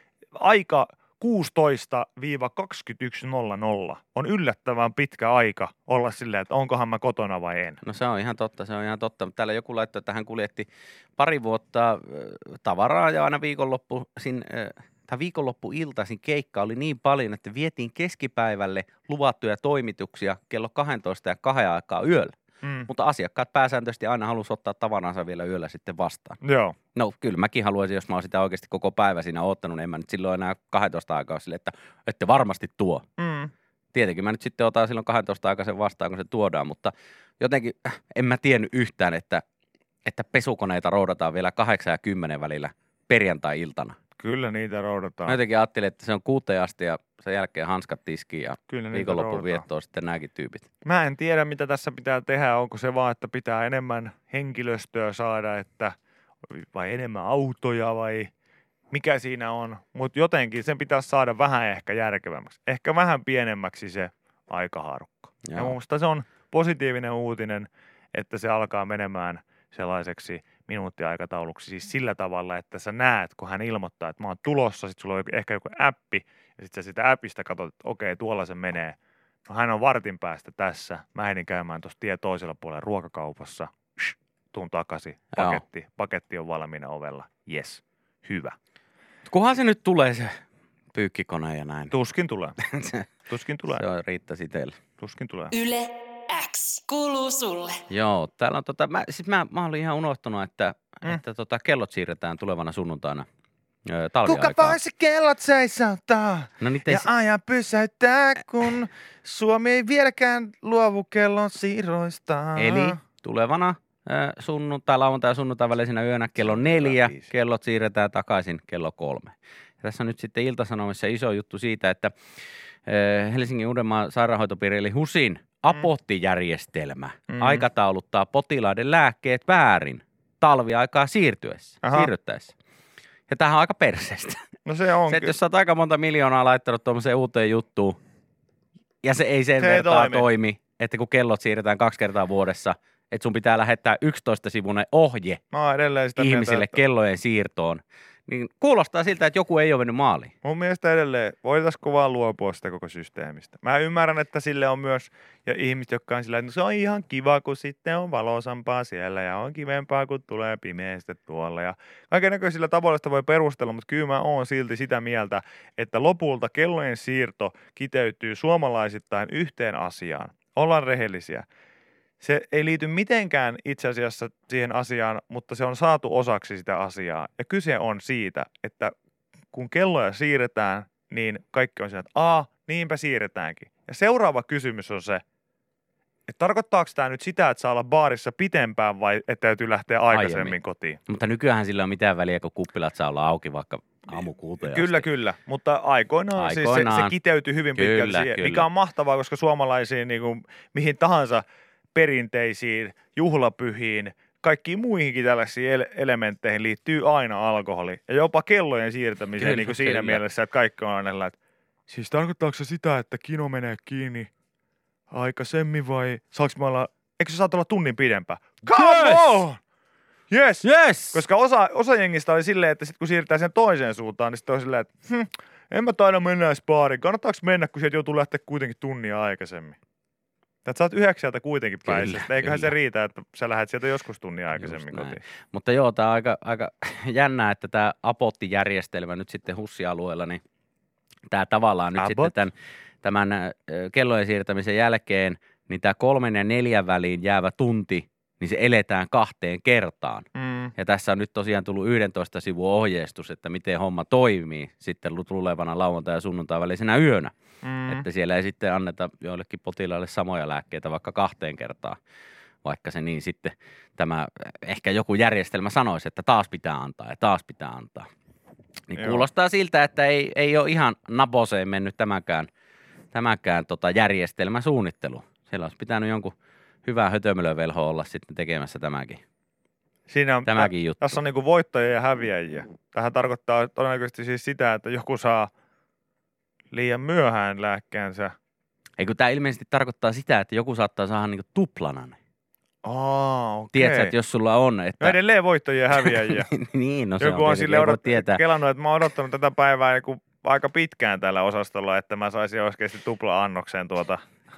aika kuusitoista kaksikymmentäyksi nolla nolla on yllättävän pitkä aika olla silleen, että onkohan mä kotona vai en. No se on ihan totta, se on ihan totta. Mutta täällä joku laittoi, että hän kuljetti pari vuotta äh, tavaraa ja aina viikonloppuisin, äh, tai viikonloppuiltaisin keikka oli niin paljon, että vietiin keskipäivälle luvattuja toimituksia kello kaksitoista ja kahden aikaa yöllä. Mm. Mutta asiakkaat pääsääntöisesti aina halusi ottaa tavaransa vielä yöllä sitten vastaan. Joo. No kyllä mäkin haluaisin, jos mä oon sitä oikeasti koko päivä siinä oottanut, niin en mä nyt silloin enää kaksitoista aikaa sille, että ette varmasti tuo. Mm. Tietenkin mä nyt sitten otan silloin kaksitoista aikaa sen vastaan, kun se tuodaan, mutta jotenkin äh, en mä tiennyt yhtään, että, että pesukoneita roudataan vielä kahdeksan ja kymmenen välillä perjantai-iltana. Kyllä niitä roudataan. Mä jotenkin ajattelin, että se on kuuteen asti ja sen jälkeen hanskat tiskiin ja Kyllä niitä viikonlopun roudataan. viettoon sitten nämäkin tyypit. Mä en tiedä, mitä tässä pitää tehdä. Onko se vaan, että pitää enemmän henkilöstöä saada, että vai enemmän autoja vai mikä siinä on. Mutta jotenkin sen pitäisi saada vähän ehkä järkevämmäksi. Ehkä vähän pienemmäksi se aikahaarukka. Ja Joo. mun mielestä se on positiivinen uutinen, että se alkaa menemään sellaiseksi minuuttiaikatauluksi. Siis sillä tavalla, että sä näet, kun hän ilmoittaa, että mä oon tulossa, sit sulla on ehkä joku appi, ja sit sä sitä appista katsot, että okei, tuolla se menee. No hän on vartin päästä tässä. Mä ehdin käymään tuossa tie toisella puolella ruokakaupassa. Shh, tuun takaisin. Joo. Paketti, paketti on valmiina ovella. Yes, hyvä. Kunhan se nyt tulee se pyykkikone ja näin. Tuskin tulee. se, Tuskin tulee. se on riittäisi teille. Tuskin tulee. Yle X kuuluu sulle. Joo, täällä on tota, mä, siis mä, mä olin ihan unohtanut, että, Mm. mm. että tota, kellot siirretään tulevana sunnuntaina ö, talviaikaan. voisi kellot seisauttaa No niitä ei, ja ajan pysäyttää, kun Suomi ei vieläkään luovu kellon siirroista. eli tulevana ö, sunnuntai, lauantai ja sunnuntai välisenä yönä kello neljä, biisi. kellot siirretään takaisin kello kolme. Ja tässä on nyt sitten Ilta-Sanomissa iso juttu siitä, että ö, Helsingin Uudenmaan sairaanhoitopiiri eli HUSin apottijärjestelmä Mm. aikatauluttaa potilaiden lääkkeet väärin. talviaikaa siirtyessä, Aha. siirryttäessä. Ja tämähän on aika perseestä. No se on Se, että kyllä. jos sä oot aika monta miljoonaa laittanut tuommoiseen uuteen juttuun, ja se ei sen Se ei vertaa toimi. toimi, että kun kellot siirretään kaksi kertaa vuodessa, että sun pitää lähettää yksitoista-sivuinen ohje Mä oon edelleen sitä ihmisille mieltä, että kellojen siirtoon, niin kuulostaa siltä, että joku ei ole mennyt maaliin. mun mielestä edelleen voitaisiko vaan luopua sitä koko systeemistä. Mä ymmärrän, että sille on myös ja ihmiset, jotka on sillä, että no se on ihan kiva, kun sitten on valosampaa siellä ja on kivempaa, kun tulee pimeä sitten tuolla. Ja kaikennäköisillä tavoilla sitä voi perustella, mutta kyllä mä oon silti sitä mieltä, että lopulta kellojen siirto kiteytyy suomalaisittain yhteen asiaan. Ollaan rehellisiä. Se ei liity mitenkään itse asiassa siihen asiaan, mutta se on saatu osaksi sitä asiaa. Ja kyse on siitä, että kun kelloja siirretään, niin kaikki on siinä, että a, niinpä siirretäänkin. Ja seuraava kysymys on se, että tarkoittaako tämä nyt sitä, että saa olla baarissa pitempään vai että täytyy lähteä aikaisemmin Aiemmin. kotiin? Mutta nykyään sillä on mitään väliä, kun kuppilat saa olla auki vaikka aamu kuuteen Kyllä, asti. kyllä. Mutta aikoinaan, aikoinaan. Siis se, se kiteytyi hyvin Kyllä, pitkälti siihen, kyllä. mikä on mahtavaa, koska suomalaisiin niin kuin, mihin tahansa perinteisiin, juhlapyhiin, kaikkiin muihinkin tällaisiin ele- elementteihin liittyy aina alkoholi. Ja jopa kellojen siirtämiseen Kyllä, niin kuin siinä kyllä. mielessä, että kaikki on aina, että siis tarkoittaako se sitä, että kino menee kiinni aikaisemmin vai saaks mä olla, eikö se saat olla tunnin pidempään? Come Yes! on! Yes! Yes! Koska osa, osa jengistä oli silleen, että sit kun siirrytään sen toiseen suuntaan, niin sitten on silleen, että hm, en mä taida mennä edes baariin. Kannattaako mennä, kun sieltä joutuu lähteä kuitenkin tunnia aikaisemmin? Että sä oot yhdeksältä kuitenkin Kyllä, päissä. Eiköhän kyllä. se riitä, että sä lähdet sieltä joskus tunnia aikaisemmin Just näin. kotiin. Mutta joo, tämä on aika, aika jännää, että tämä Apotti-järjestelmä nyt sitten Hussi-alueella, niin tämä tavallaan nyt Abot? sitten tämän, tämän ö, kellojen siirtämisen jälkeen, niin tämä kolmen ja neljän väliin jäävä tunti, niin se eletään kahteen kertaan. Mm. Ja tässä on nyt tosiaan tullut yksitoista sivun ohjeistus, että miten homma toimii sitten tulevana lauantai- ja sunnuntai välisenä yönä. Mm. Että siellä ei sitten anneta joillekin potilaille samoja lääkkeitä vaikka kahteen kertaan, vaikka se niin sitten tämä, ehkä joku järjestelmä sanoisi, että taas pitää antaa ja taas pitää antaa. Niin Joo. kuulostaa siltä, että ei, ei ole ihan naposeen mennyt tämäkään, tämäkään tota järjestelmäsuunnittelu. Siellä olisi pitänyt jonkun hyvää hötömölövelhoa olla sitten tekemässä tämäkin, Siinä on, tämäkin juttu. tässä on niinku voittajia ja häviäjiä. Tähän tarkoittaa todennäköisesti siis sitä, että joku saa liian myöhään lääkkeensä. Eikö tämä ilmeisesti tarkoittaa sitä, että joku saattaa saada niinku tuplana ne? Aa, okei. Tiedätkö, että jos sulla on, No että... edelleen voittajia ja häviäjiä. niin, no se Joku on, on tietenkin, sille ei voi odot- tietää. kelannut, että mä oon odottanut tätä päivää niin kuin aika pitkään tällä osastolla, että mä saisin oikeasti tupla-annokseen tuota.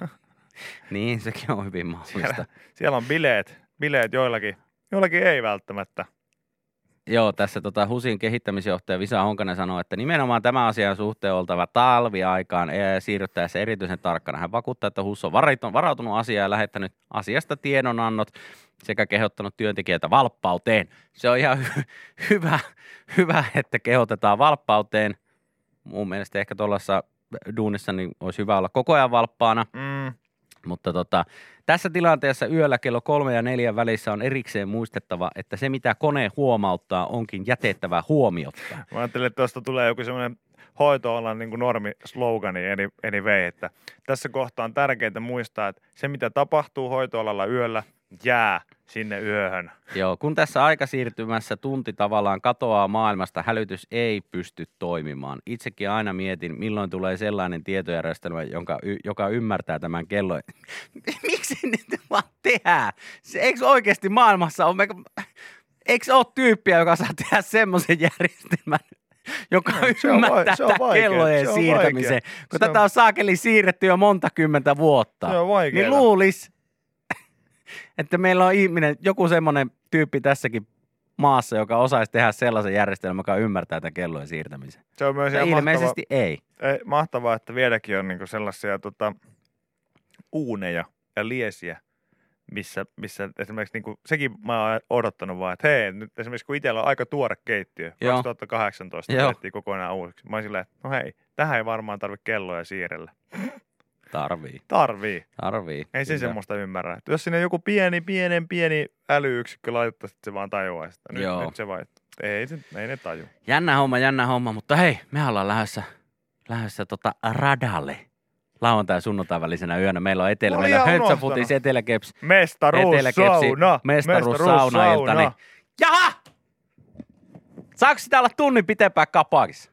Niin, sekin on hyvin mahdollista. Siellä, siellä on bileet, bileet joillakin, joillakin ei välttämättä. Joo, tässä tota Husin kehittämisjohtaja Visa Honkanen sanoi, että nimenomaan tämä asian suhteen on oltava talviaikaan ja siirryttäessä erityisen tarkkana. Hän vakuuttaa, että Hus on varautunut asiaan ja lähettänyt asiasta tiedonannot sekä kehottanut työntekijöitä valppauteen. Se on ihan hy- hyvä, hyvä, että kehotetaan valppauteen. Mun mielestä ehkä tuollaisessa duunissa niin olisi hyvä olla koko ajan valppaana. Mm. Mutta tota, tässä tilanteessa yöllä kello kolme ja neljän välissä on erikseen muistettava, että se mitä kone huomauttaa onkin jätettävä huomiotta. Mä ajattelin, että tuosta tulee joku semmoinen hoito-alan niin kuin normislogani anyway, että tässä kohtaa on tärkeää muistaa, että se mitä tapahtuu hoitoalalla yöllä jää sinne yöhön. Joo, kun tässä aikasiirtymässä tunti tavallaan katoaa maailmasta, hälytys ei pysty toimimaan. Itsekin aina mietin, milloin tulee sellainen tietojärjestelmä, jonka, joka ymmärtää tämän kellon. Miksi nyt vaan tehdään? Se, eikö oikeasti maailmassa ole, eikö ole tyyppiä, joka saa tehdä semmoisen järjestelmän, joka Se on ymmärtää vai- se on tämän vaikea, kellojen se on siirtämisen? vaikea. Kun Se tätä on- on saakeli siirretty jo monta kymmentä vuotta. Se on vaikeaa. Niin luulis, että meillä on ihminen, joku semmoinen tyyppi tässäkin maassa, joka osaisi tehdä sellaisen järjestelmän, joka ymmärtää tämän kellojen siirtämisen. Se on myös Ja ihan ilmeisesti ei. mahtavaa, ei, mahtavaa, että vieläkin on niinku sellaisia tota, uuneja ja liesiä, missä, missä esimerkiksi niinku, sekin mä oon odottanut vaan, että hei, nyt esimerkiksi kun itsellä on aika tuore keittiö, Joo. kaksituhattakahdeksantoista Joo. tehtiin kokonaan uusiksi. Mä oon silleen, että no hei, tähän ei varmaan tarvitse kelloja siirrellä. Tarvii. Tarvii. Tarvii. Ei se Kyllä. semmoista ymmärrä. Että jos sinne joku pieni, pienen, pieni älyyksikkö laitettaisiin, se vaan tajuaa sitä. Nyt, Joo. nyt se vaan, ei, se, ei ne taju. Jännä homma, jännä homma, mutta hei, me ollaan lähdössä, lähdössä tota radalle. Lauantai ja sunnuntai välisenä yönä. Meillä on etelä, Mä olin meillä on ihan Höntsäfutis, unohtanut. Eteläkeps, Mestaruussauna! Eteläkepsi, mestaruussauna-ilta, niin Jaha! Saako sitä olla tunnin pitempään kapakissa?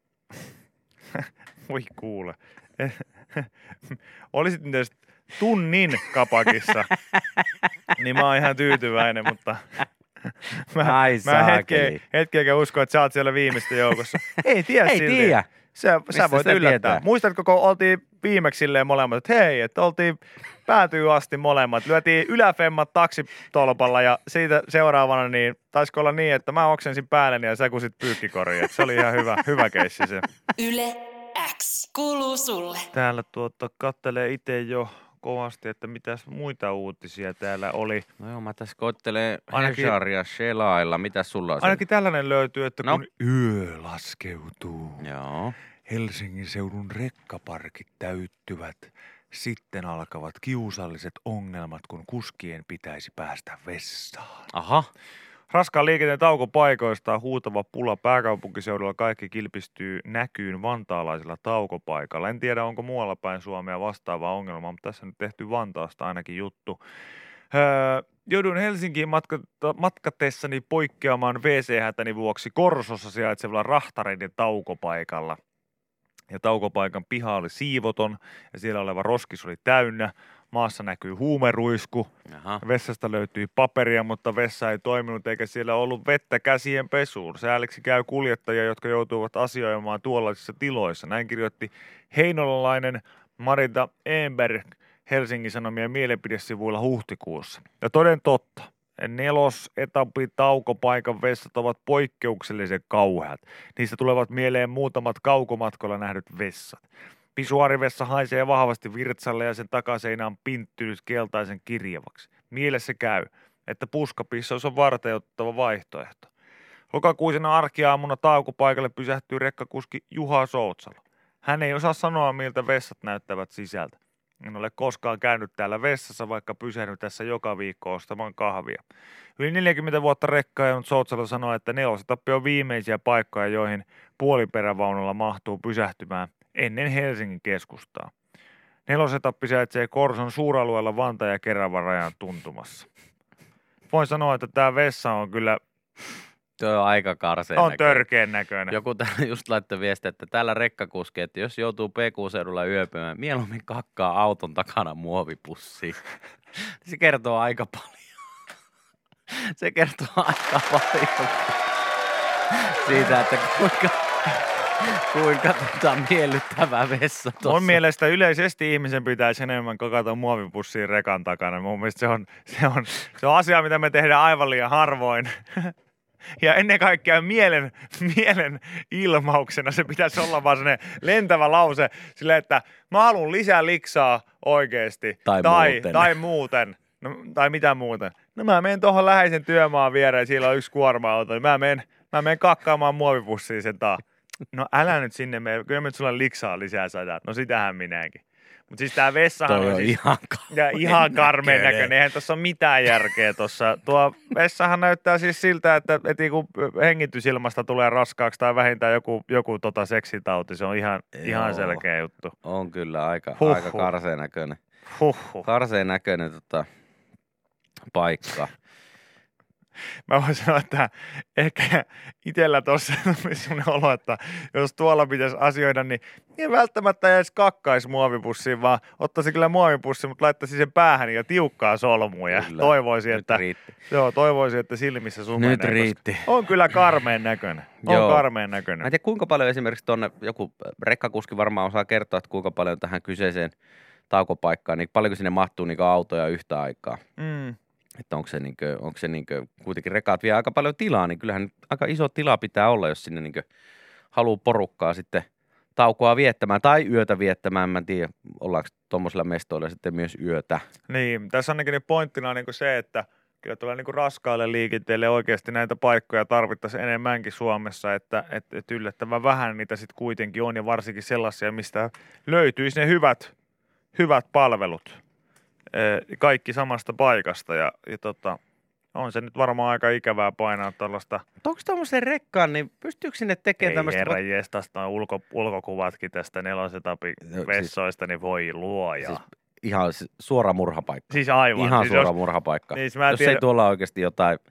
Voi kuule. Olisit nyt edes tunnin kapakissa, niin mä oon ihan tyytyväinen, mutta mä, Ai mä hetkeä, hetkeäkään usko, että sä oot siellä viimeisten joukossa. Ei tiedä Ei silti. tiedä. Sä, sä voit sitä yllättää. tietää? Muistatko, kun oltiin viimeksi silleen molemmat, että hei, että oltiin päätyy asti molemmat. Lyötiin yläfemmat taksitolpalla ja siitä seuraavana niin taisiko olla niin, että mä oksensin päälleni ja sä kusit pyykkikoriin. Että se oli ihan hyvä, hyvä keissi se. Yle X kuuluu sulle. Täällä tuota kattelee itse jo kovasti, että mitäs muita uutisia täällä oli. No joo, mä tässä koittelen Ainakin- Hesaria Shelailla. Mitäs sulla on? Ainakin tällainen löytyy, että No. kun yö laskeutuu, Joo. Helsingin seudun rekkaparkit täyttyvät, sitten alkavat kiusalliset ongelmat, kun kuskien pitäisi päästä vessaan. Aha. Raskaan liikenteen taukopaikoista on huutava pula pääkaupunkiseudulla. Kaikki kilpistyy näkyyn vantaalaisilla taukopaikalla. En tiedä, onko muualla päin Suomea vastaava ongelma, mutta tässä on nyt tehty Vantaasta ainakin juttu. Öö, jouduin Helsinkiin matka- matkatessani poikkeamaan V C-hätäni vuoksi Korsossa sijaitsevalla rahtareiden taukopaikalla. Ja taukopaikan piha oli siivoton ja siellä oleva roskis oli täynnä. Maassa näkyy huumeruisku. Aha. Vessasta löytyi paperia, mutta vessa ei toiminut eikä siellä ollut vettä käsien pesuun. Sääliksi käy kuljettajia, jotka joutuvat asioimaan tuollaisissa tiloissa. Näin kirjoitti heinolalainen Marita Enberg Helsingin Sanomien mielipidesivuilla huhtikuussa. Ja toden totta, nelosetapin taukopaikan vessat ovat poikkeuksellisen kauheat. Niistä tulevat mieleen muutamat kaukomatkolla nähdyt vessat. Pisuaarivessa haisee vahvasti virtsalle ja sen takaseinä on pinttynyt keltaisen kirjavaksi. Mielessä käy, että puskapissaus on varteuttava vaihtoehto. Lokakuisena arkiaamuna taukopaikalle pysähtyy rekkakuski Juha Soutsalo. Hän ei osaa sanoa, miltä vessat näyttävät sisältä. En ole koskaan käynyt täällä vessassa, vaikka pysähdyt tässä joka viikko ostamaan kahvia. Yli neljäkymmentä vuotta rekkaa ja Soutsalo sanoo, että nelosetappi on viimeisiä paikkoja, joihin puoliperävaunulla mahtuu pysähtymään ennen Helsingin keskustaa. Nelosetappi sijaitsee Korson suuralueella Vantaa ja Keravan rajan tuntumassa. Voin sanoa, että tämä vessa on kyllä Tuo on aika karseen on näköinen. törkeän näköinen. Joku täällä just laittoi viestiä, että täällä rekkakuski, että jos joutuu P K-seudulla yöpymään, mieluummin kakkaa auton takana muovipussiin. Se kertoo aika paljon. Se kertoo aika paljon siitä, että kuinka, kuinka tota miellyttävä vessa tuossa. Mun mielestä yleisesti ihmisen pitäisi enemmän kokata muovipussiin rekan takana. Mun mielestä se on, se on, se on asia, mitä me tehdään aivan liian harvoin. Ja ennen kaikkea mielen, mielen ilmauksena se pitäisi olla vaan sellainen lentävä lause sille, että mä haluan lisää liksaa oikeesti. Tai tai muuten. Tai muuten. No, tai mitä muuten. No mä menen tuohon läheisen työmaan viereen, siellä on yksi kuorma-auto, niin mä menen, mä menen kakkaamaan muovipussiin sen taa. No älä nyt sinne mene, kyllä me nyt sulle liksaa lisää saadaan. No sitähän minäkin. Mutta siis tää vessahan Toi on, on siis, ihan ja ihan karmeen näköinen. Eihän tuossa ole mitään järkeä tuossa. Tuo vessahan näyttää siis siltä, että, että kun hengitysilmasta tulee raskaaksi tai vähintään joku, joku tota seksitauti. Se on ihan, ihan Joo. selkeä juttu. On kyllä aika, Huhhuh. aika karseen näköinen. Huhhuh. Karseen näköinen tota, paikka. Mä voin sanoa, että ehkä itsellä tuossa on sellainen olo, että jos tuolla pitäisi asioida, niin ei välttämättä edes kakkaisi muovipussiin, vaan ottaisi kyllä muovipussin, mutta laittaisi sen päähän ja tiukkaa solmuun. Ja Kyllä. toivoisin, Nyt että, riitti. joo, toivoisin, että silmissä sumenee. Nyt koska riitti. On kyllä karmeen näköinen. On Joo. karmeen Mä näköinen. en tiedä, kuinka paljon esimerkiksi tuonne, joku rekkakuski varmaan osaa kertoa, että kuinka paljon tähän kyseiseen taukopaikkaan, niin paljonko sinne mahtuu niin autoja yhtä aikaa. Mm. Että onko se, niinkö, onko se niinkö, kuitenkin rekat vie aika paljon tilaa, niin kyllähän nyt aika iso tila pitää olla, jos sinne niinkö haluaa porukkaa sitten taukoa viettämään tai yötä viettämään. Mä en tiedä, ollaanko tuommoisilla mestoilla sitten myös yötä. Niin, tässä on ainakin pointtina niin kuin se, että kyllä tulee niin kuin raskaalle liikenteelle oikeasti näitä paikkoja tarvittaisiin enemmänkin Suomessa, että, että, että yllättävän vähän niitä sitten kuitenkin on ja varsinkin sellaisia, mistä löytyisi ne hyvät, hyvät palvelut. Kaikki samasta paikasta ja, ja tota, on se nyt varmaan aika ikävää painaa tällaista. Onko tuommoisen rekkaan, niin pystyykö sinne tekemään Ei tämmöistä? herra jestas, nuo ulko, ulkokuvatkin tästä nelosetapin No, siis- vessoista, niin voi luoja. Siis Siis, ihan s- suora murhapaikka. siis aivan. Ihan siis suora jos, murhapaikka. niin, mä en Jos tiedä, ei tuolla oikeasti jotain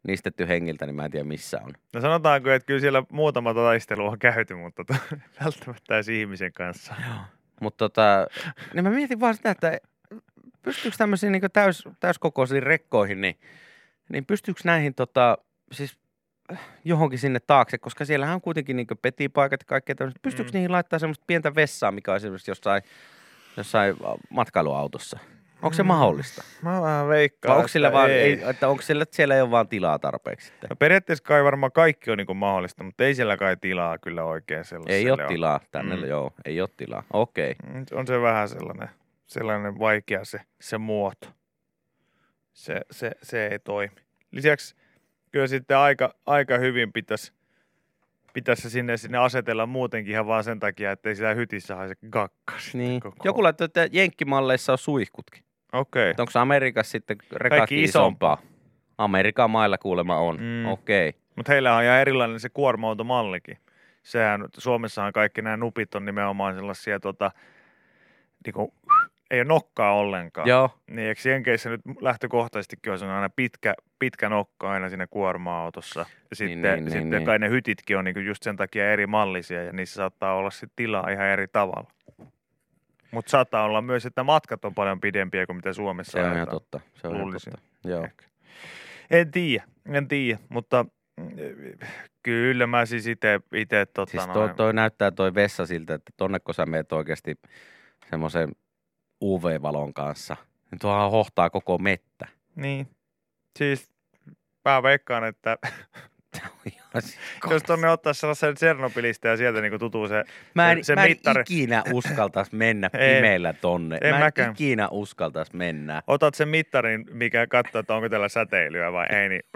nistetty hengiltä, niin mä en tiedä missä on. No sanotaanko, että kyllä siellä muutama taistelu on käyty, mutta to, välttämättä edes ihmisen kanssa. Mutta tota, niin mä mietin vaan sitä, että pystyykö tämmöisiin niin täys, täyskokoisiin rekkoihin, niin, niin pystyykö näihin tota, siis johonkin sinne taakse, koska siellähän on kuitenkin niin petipaikat ja kaikkea tämmöistä. Pystyykö mm. niihin laittaa semmoista pientä vessaa, mikä on esimerkiksi jossain, jossain matkailuautossa? Onko se mm. mahdollista? Mä vähän veikkaan, vai onko sillä vaan, ei. ei, että onko sillä, että siellä ei ole vaan tilaa tarpeeksi sitten? No periaatteessa kai varmaan kaikki on niin mahdollista, mutta ei siellä kai tilaa kyllä oikein sellaiselle. Ei ole tilaa tänne, mm. joo, ei ole tilaa. Okei. Okay. On se vähän sellainen, sellainen vaikea se, se muoto. Se, se, se ei toimi. Lisäksi kyllä sitten aika, aika hyvin pitäisi pitäisi se sinne, sinne asetella muutenkin ihan vaan sen takia, ettei sitä hytissä haise gakka. Niin. Joku laittoi, että jenkkimalleissa on suihkutkin. Okei. Okay. Onko Amerikassa sitten rekatkin isompaa? Amerikan mailla kuulemma on. Mm. Okei. Okay. Mutta heillä on ihan erilainen se kuorma-automallikin. Sehän, Suomessahan kaikki nämä nupit on nimenomaan sellaisia, tota, niinku, ei ole nokkaa ollenkaan. Joo. Niin, eikö Jenkeissä nyt lähtökohtaisestikin on aina pitkä, pitkä nokka aina siinä kuorma-autossa. Ja niin, sitten, niin, sitten niin, kai ne hytitkin on niinku just sen takia eri mallisia ja niissä saattaa olla sitten tilaa ihan eri tavalla. Mutta saattaa olla myös, että matkat on paljon pidempiä kuin mitä Suomessa se on ajetaan. ihan totta. Se on ihan totta. Joo. Ehkä. En tiedä, en tiedä, mutta kyllä mä siis itse, ite, tota siis toi, toi näyttää toi vessa siltä, että tonne kun sä meet oikeasti semmoisen U V-valon kanssa, niin tuohan hohtaa koko mettä. Niin, siis mä veikkaan, että jos tonne ottaisi sellaisen Tsernobylistä ja sieltä niinku tutuu se, mä en, se mä en mittari. ikinä uskaltais mennä pimeällä tonne. En mä en mäkään. ikinä uskaltais mennä. Otat sen mittarin, mikä katsoo, että onko täällä säteilyä vai ei, niin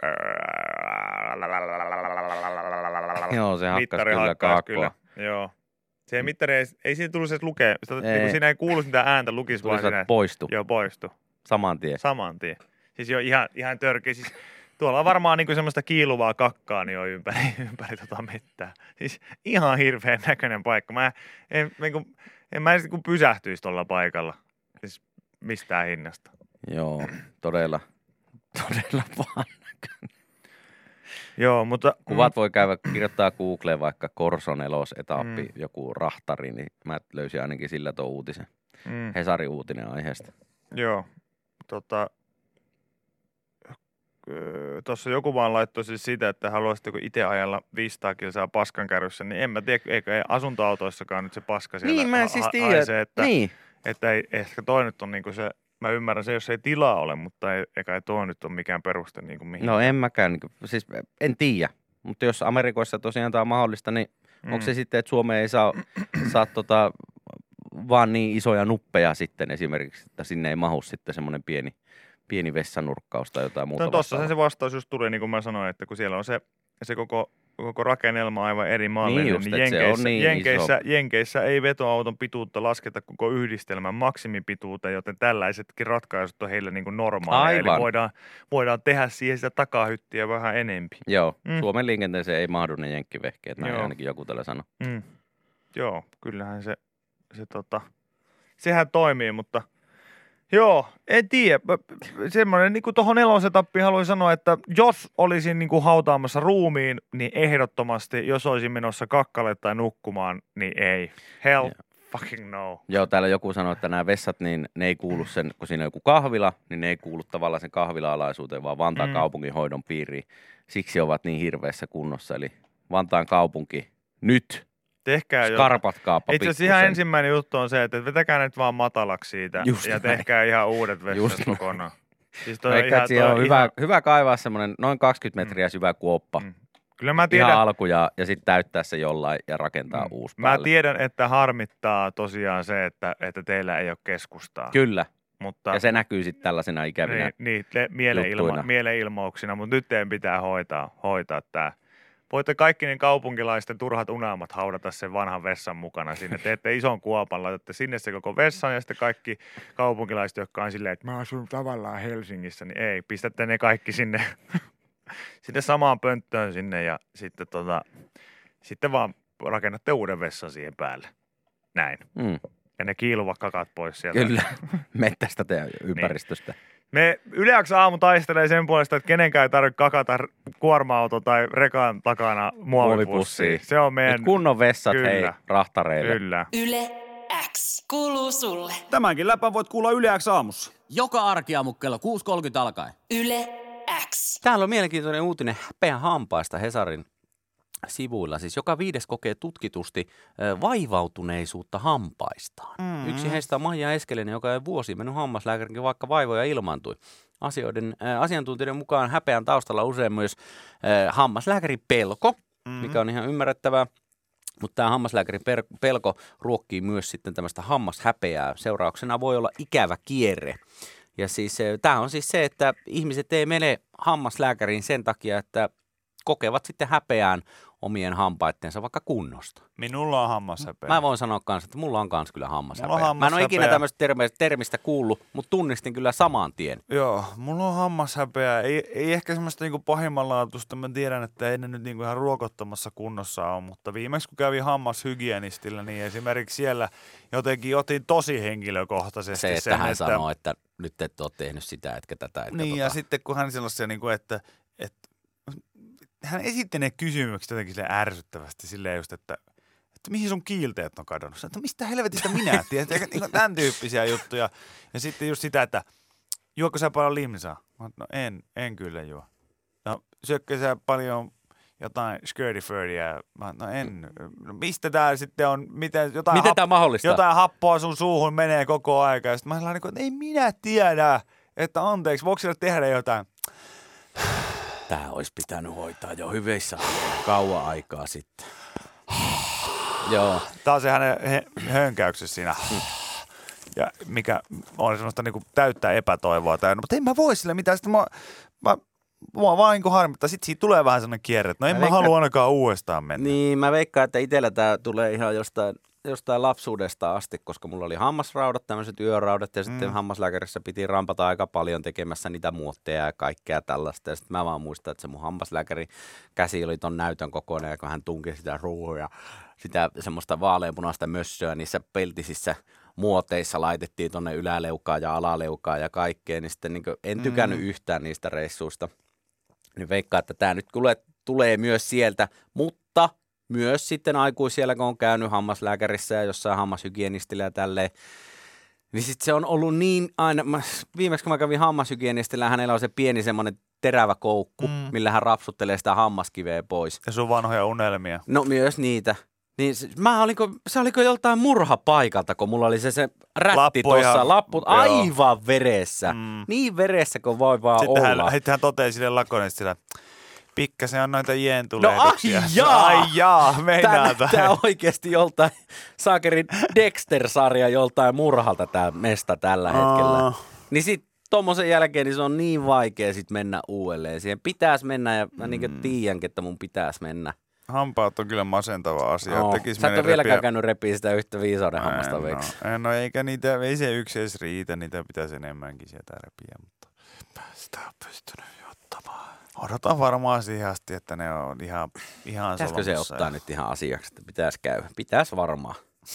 Joo, se hakkas mittari kyllä hakkaisi kaakkoa. kyllä. Joo. Se mittari ei, ei siinä tulisi edes lukea. Sitä, ei. Niin siinä ei kuulu sitä ääntä, lukisi vaan siinä. Poistu. Joo, poistu. Saman tien. Saman tien. Siis jo ihan, ihan törkeä. Siis, tuolla on varmaan niinku semmoista kiiluvaa kakkaa niin on ympäri, ympäri tota mettää. Siis ihan hirveän näköinen paikka. Mä en, en, en mä edes niinku pysähtyisi tuolla paikalla. Siis mistään hinnasta. Joo, todella, todella vaan näköinen. Joo, mutta... Kuvat voi käydä, kirjoittaa Googleen vaikka Korson elosetappi, Mm. joku rahtari, niin mä löysin ainakin sillä tuon uutisen. Mm. Hesarin uutinen aiheesta. Joo, tota... Tuossa joku vaan laittoi siis sitä, että haluaisitteko itse ajella viisisataa kilsaa paskankäryssä, niin en mä tiedä, eikö ei asuntoautoissakaan nyt se paska siellä Niin, mä en siis ha- tiedä. haisee, että, Niin. että ei, ehkä toi nyt on niinku se, mä ymmärrän se, jos ei tilaa ole, mutta ei, eikä ei toi nyt ole mikään peruste niinku mihin. No en mäkään, niin kuin, siis en tiedä. Mutta jos Amerikoissa tosiaan tämä on mahdollista, niin mm. onko se sitten, että Suomeen ei saa, saa tota, vaan niin isoja nuppeja sitten esimerkiksi, että sinne ei mahu sitten semmoinen pieni, pieni vessanurkkaus tai jotain muuta. No tossahan se vastaus just tuli, niin kuin mä sanoin, että kun siellä on se, se koko, koko rakennelma aivan eri mallinen, Niin just, niin, että se Jenkeissä, on niin Jenkeissä, Jenkeissä ei vetoauton pituutta lasketa koko yhdistelmän maksimipituuteen, joten tällaisetkin ratkaisut on heille niin kuin normaaleja. Eli Aivan. voidaan, voidaan tehdä siihen sitä takahyttiä vähän enempi. Joo, Mm. Suomen liikenteeseen ei mahdu ne jenkkivehkeet, näin Joo. ainakin joku tällä sanoi. Mm. Joo, kyllähän se, se tota, sehän toimii, mutta joo, en tiedä. Semmoinen niin kuin tuohon nelosetappiin haluan sanoa, että jos olisin niin kuin hautaamassa ruumiin, niin ehdottomasti, jos olisin menossa kakkalle tai nukkumaan, niin ei. Hell Joo. fucking no. Joo, täällä joku sanoi, että nämä vessat, niin ne ei kuulu sen, kun siinä on joku kahvila, niin ne ei kuulu tavallaan sen kahvila-alaisuuteen, vaan Vantaan Mm. kaupungin hoidon piiriin. Siksi ovat niin hirveässä kunnossa. Eli Vantaan kaupunki, nyt, Tehkää jo. skarpatkaapa Itse asiassa ihan ensimmäinen juttu on se, että vetäkää nyt vaan matalaksi siitä Just ja näin. tehkää ihan uudet vessat Just näin. kokonaan. Siis toi on Veikkaan, ihan, että siellä toi on on hyvä, ihan, hyvä kaivaa semmoinen noin kaksikymmentä metriä syvä kuoppa. Mm. Kyllä mä Ihan tiedän, alku ja, ja sitten täyttää se jollain ja rakentaa Mm. uusi Mä päälle. tiedän, että harmittaa tosiaan se, että, että teillä ei ole keskustaa. Kyllä, Mutta ja se näkyy sitten tällaisena ikävinä. niin, niin, le- mieleilma, juttuina. mieleilmauksina, mutta nyt teidän pitää hoitaa, hoitaa tämä. Voitte kaikki ne kaupunkilaisten turhat unelmat haudata sen vanhan vessan mukana sinne. Teette ison kuopan, laitatte sinne se koko vessan ja sitten kaikki kaupunkilaiset, jotka on silleen, että mä asun tavallaan Helsingissä, niin ei, pistätte ne kaikki sinne, sinne samaan pönttöön sinne ja sitten, tota, sitten vaan rakennatte uuden vessan siihen päälle. Näin. Mm, Ja ne kiiluvat kakat pois sieltä. kyllä, mettästä ja ympäristöstä. Me Yleäks aamu taistelee sen puolesta, että kenenkään ei tarvitse kakata kuorma-auto tai rekan takana muovipussiin. Se on meidän... Nyt kunnon vessat, Kyllä. hei, rahtareille. Kyllä. Yle X kuuluu sulle. Tämänkin läpän voit kuulla Yle X aamussa. Joka arkiaamu kello kuusi kolmekymmentä alkaen. Yle X. Täällä on mielenkiintoinen uutinen häpeän hampaista Hesarin sivuilla. Siis joka viides kokee tutkitusti ö, vaivautuneisuutta hampaistaan. Mm-hmm. Yksi heistä on Maija Eskelinen, joka ei vuosi mennyt hammaslääkärinkin, vaikka vaivoja ilmaantui. Asioiden, ä, asiantuntijoiden mukaan häpeän taustalla usein myös ä, hammaslääkärin pelko, mm-hmm. mikä on ihan ymmärrettävää. Mutta tämä hammaslääkärin per- pelko ruokkii myös sitten tämmöistä hammashäpeää. Seurauksena voi olla ikävä kierre. Ja siis tämä on siis se, että ihmiset ei mene hammaslääkäriin sen takia, että kokevat sitten häpeään omien hampaittensa vaikka kunnosta. Minulla on hammassäpeä. Mä voin sanoa kanssa, että mulla on kans kyllä hammassäpeä. Mulla on Mä en ole ikinä hammassäpeä. tämmöistä termi- termistä kuullut, mutta tunnistin kyllä saman tien. Joo, mulla on hammassäpeä. Ei, ei ehkä semmoista niinku pahimmanlaatuista. Mä tiedän, että ei ne nyt niinku ihan ruokottomassa kunnossa ole, mutta viimeksi kun kävin hammashygienistillä, niin esimerkiksi siellä jotenkin otin tosi henkilökohtaisesti Se, että sen, hän että... sanoo, että nyt et ole tehnyt sitä, etkä tätä. Etkä Niin, tota. ja sitten kun hän sellaisia, niin kuin, että, että hän esitti ne kysymykset jotenkin sille ärsyttävästi silleen just, että, että mihin sun kiilteet on kadonnut. Että mistä helvetistä minä tiedät, niin tämän tyyppisiä juttuja. Ja sitten just sitä, että juoko sä paljon limsaa? Mä, no en, en kyllä juo. No syökkö sä paljon jotain skirty-firdyä? Mä, no en. No, mistä tää sitten on? Miten, jotain, Miten hap, tää mahdollista? jotain happoa sun suuhun menee koko aika. Ja sitten mä olin, että ei minä tiedä, että anteeksi, voiko sillä tehdä jotain? Tää olisi pitänyt hoitaa jo hyvissä ajoin, kauan aikaa sitten. Joo. Tää on se hänen he- hönkäyksessä siinä. Ja mikä on semmoista niinku täyttää epätoivoa täynnä. Mutta en mä voi sille mitään. Sitten mä, mä, mua vaan niinku harmittaa. Sitten siitä tulee vähän sellainen kierre, että no en mä, Mä mä halua ainakaan uudestaan mennä. Niin, mä veikkaan, että itsellä tää tulee ihan jostain, jostain lapsuudesta asti, koska mulla oli hammasraudat, tämmöiset yöraudat, ja sitten mm. hammaslääkärissä piti rampata aika paljon tekemässä niitä muotteja ja kaikkea tällaista. Ja sitten mä vaan muistan, että se mun hammaslääkäri käsi oli ton näytön kokoinen, ja kun hän tunki sitä ruoa ja sitä semmoista vaaleanpunaista mössöä niissä peltisissä muoteissa laitettiin tonne yläleukaan ja alaleukaan ja kaikkea, niin sitten niin en tykännyt mm. yhtään niistä reissuista. Niin veikkaan, että tämä nyt tulee, tulee myös sieltä, mutta myös sitten aikuisiellä, kun on käynyt hammaslääkärissä ja jossain hammashygienistillä ja tälleen, niin sitten se on ollut niin aina, mä, viimeksi kun mä kävin hammashygienistillä, hänellä on se pieni semmoinen terävä koukku, mm. millä hän rapsuttelee sitä hammaskiveä pois. Ja sun vanhoja unelmia. No myös niitä. Niin se, mä oliko, se oliko joltain murhapaikalta, kun mulla oli se, se rätti tuossa, lappu aivan veressä. Mm. Niin veressä kuin voi vaan sitten olla. Hän, sitten hän toteaa sille lakonisesti sillä, pikkasen on noita jentulehduksia. No ai jaa! Ai jaa, meinaa Tää näyttää oikeasti joltain Saakerin Dexter-sarja joltain murhalta tää mesta tällä hetkellä. Oh. Niin sit tommosen jälkeen niin se on niin vaikea sit mennä uudelleen. Siihen pitäisi mennä ja mä niin kuin tiedänkin, että mun pitäisi mennä. Hampaat on kyllä masentava asia. No, Tekis sä et ole repiä... vieläkään käynyt repiä sitä yhtä viisauden hammasta veksi. No, no eikä niitä, ei se yksi edes riitä, niitä pitäisi enemmänkin sieltä repiä, mutta sitä on pystynyt ottamaan. Odotan varmaan siihen asti, että ne on ihan, ihan Pitäisikö se ottaa ja... nyt ihan asiaksi, että pitäisi käydä? Pitäisi varmaan.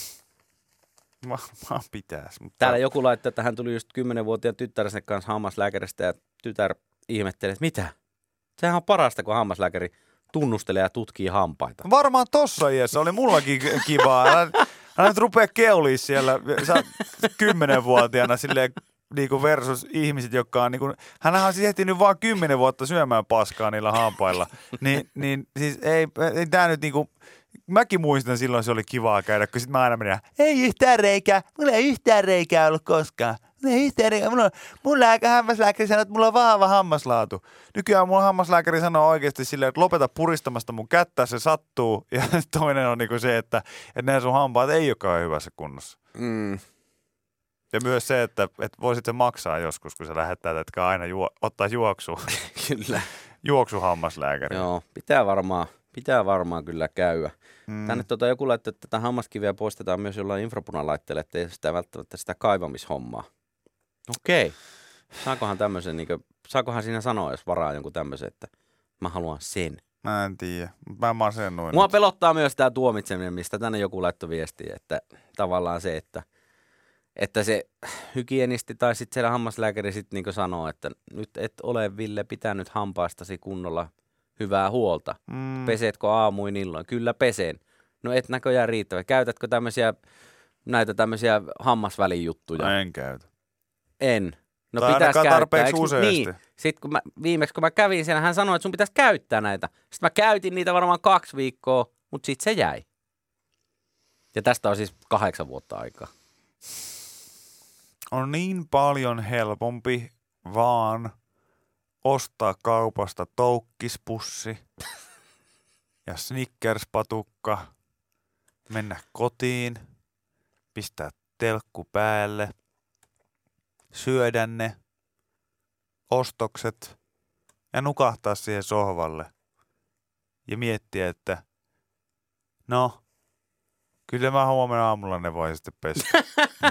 Varmaan pitäisi. Mutta... Täällä joku laittoi, että hän tuli just kymmenvuotiaan tyttärensä kanssa hammaslääkäristä ja tytär ihmetteli, että mitä? Sehän on parasta, kun hammaslääkäri tunnustelee ja tutkii hampaita. Varmaan tossa iässä oli mullakin kivaa. Älä, älä nyt rupea keuliin siellä. Sä oot kymmenvuotiaana silleen niin kuin versus ihmiset, jotka on niin kuin, hänhän on siis ehtinyt vaan kymmenen vuotta syömään paskaa niillä hampailla. Ni, niin siis ei, ei tää nyt niin kuin, mäkin muistan silloin se oli kivaa käydä, kun sit mä aina menin, ei yhtään reikää, mulla ei yhtään reikää ollut koskaan. Mulla ei yhtään reikää, mulla, mulla hammaslääkäri sanoo, että mulla on vahva hammaslaatu. Nykyään mun hammaslääkäri sanoo oikeasti silleen, että lopeta puristamasta mun kättä, se sattuu. Ja toinen on niinku se, että, että nämä sun hampaat ei olekaan hyvässä kunnossa. Mm. Ja myös se, että, että voisit se maksaa joskus, kun sä lähettää, että aina juo, ottaa juoksua. Kyllä. Juoksuhammaslääkäri. Joo, pitää varmaan, pitää varmaan kyllä käydä. Mm. Tänne tuota, joku laittaa, että tätä hammaskiveä poistetaan myös jollain infrapunalaitteella, ettei sitä välttämättä sitä kaivamishommaa. Okei. Saakohan tämmöisen, niin kuin, saakohan siinä sanoa, jos varaa jonkun tämmöisen, että mä haluan sen. Mä en tiedä. Mä masennuin. Mua nyt pelottaa myös tämä tuomitseminen, mistä tänne joku laittoi viestiä, että tavallaan se, että että se hygienisti tai sitten siellä hammaslääkäri sitten niin sanoo, että nyt et ole, Ville, pitänyt hampaastasi kunnolla hyvää huolta. Mm. Pesetkö aamuin illoin? Kyllä pesen. No et näköjään riittävä. Käytätkö tämmöisiä, näitä tämmöisiä hammasvälijuttuja? En käytä. En. No tai pitäisi käyttää. Tarpeeksi Eiks, useasti. Niin. Sitten kun mä, viimeksi kun mä kävin siellä, hän sanoi, että sun pitäisi käyttää näitä. Sitten mä käytin niitä varmaan kaksi viikkoa, mutta sitten se jäi. Ja tästä on siis kahdeksan vuotta aikaa. On niin paljon helpompi vaan ostaa kaupasta toukkispussi ja Snickers-patukka, mennä kotiin, pistää telkku päälle, syödä ne ostokset ja nukahtaa siihen sohvalle ja miettiä, että no, kyllä mä huomenna aamulla ne voi sitten pestä.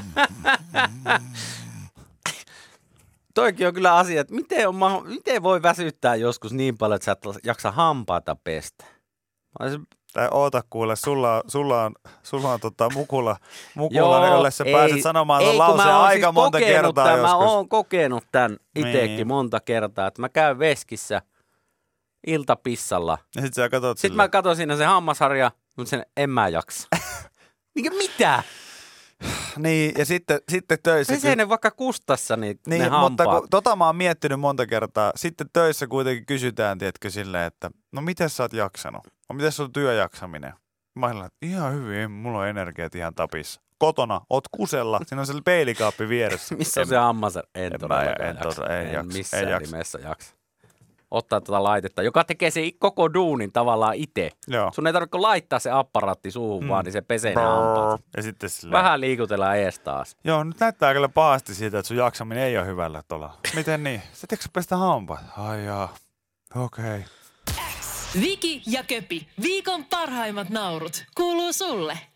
Toikin on kyllä asia, että miten, on, maho- miten voi väsyttää joskus niin paljon, että sä et jaksa hampaata pestä. Olisin... Tai oota kuule, sulla, sulla on, sulla on tota mukula, mukula Joo, jolle sä ei, pääset sanomaan ei, tuon lauseen mä oon aika siis monta kertaa tämän, joskus. Mä oon kokenut tämän itsekin Niin. monta kertaa, että mä käyn veskissä iltapissalla. Ja sit sä katot Sitten silleen. mä katson siinä se hammasharja, mutta sen en mä jaksa. Niinkö mitä? Niin, ja sitten, sitten töissä. Pesee ne vaikka kustassa niin, ne Niin, hampaat. mutta kun, tota mä oon miettinyt monta kertaa. Sitten töissä kuitenkin kysytään, tiedätkö, silleen, että no miten sä oot jaksanut? No miten sun työjaksaminen? Mä olen, että ihan hyvin, mulla on energiat ihan tapissa. Kotona, oot kusella, siinä on se peilikaappi vieressä. Missä En- on se hammasharja? En, en mä- todellakaan en jaksa. tota- en jaksa, missään en jaksa. nimessä jaksa. Ottaa tuota laitetta, joka tekee se koko duunin tavallaan itse. Joo. Sun ei tarvitse laittaa se apparaatti suuhun, Mm. vaan niin se pesee ne hampaat. Ja sitten silleen. Vähän liikutellaan ees taas. Joo, nyt näyttää kyllä pahasti siitä, että sun jaksaminen ei ole hyvällä tuolla. Miten niin? Sä tiedätkö pestä hampaat? Ai jaa. Okei. Okay. Viki ja Köpi, viikon parhaimmat naurut, kuuluu sulle.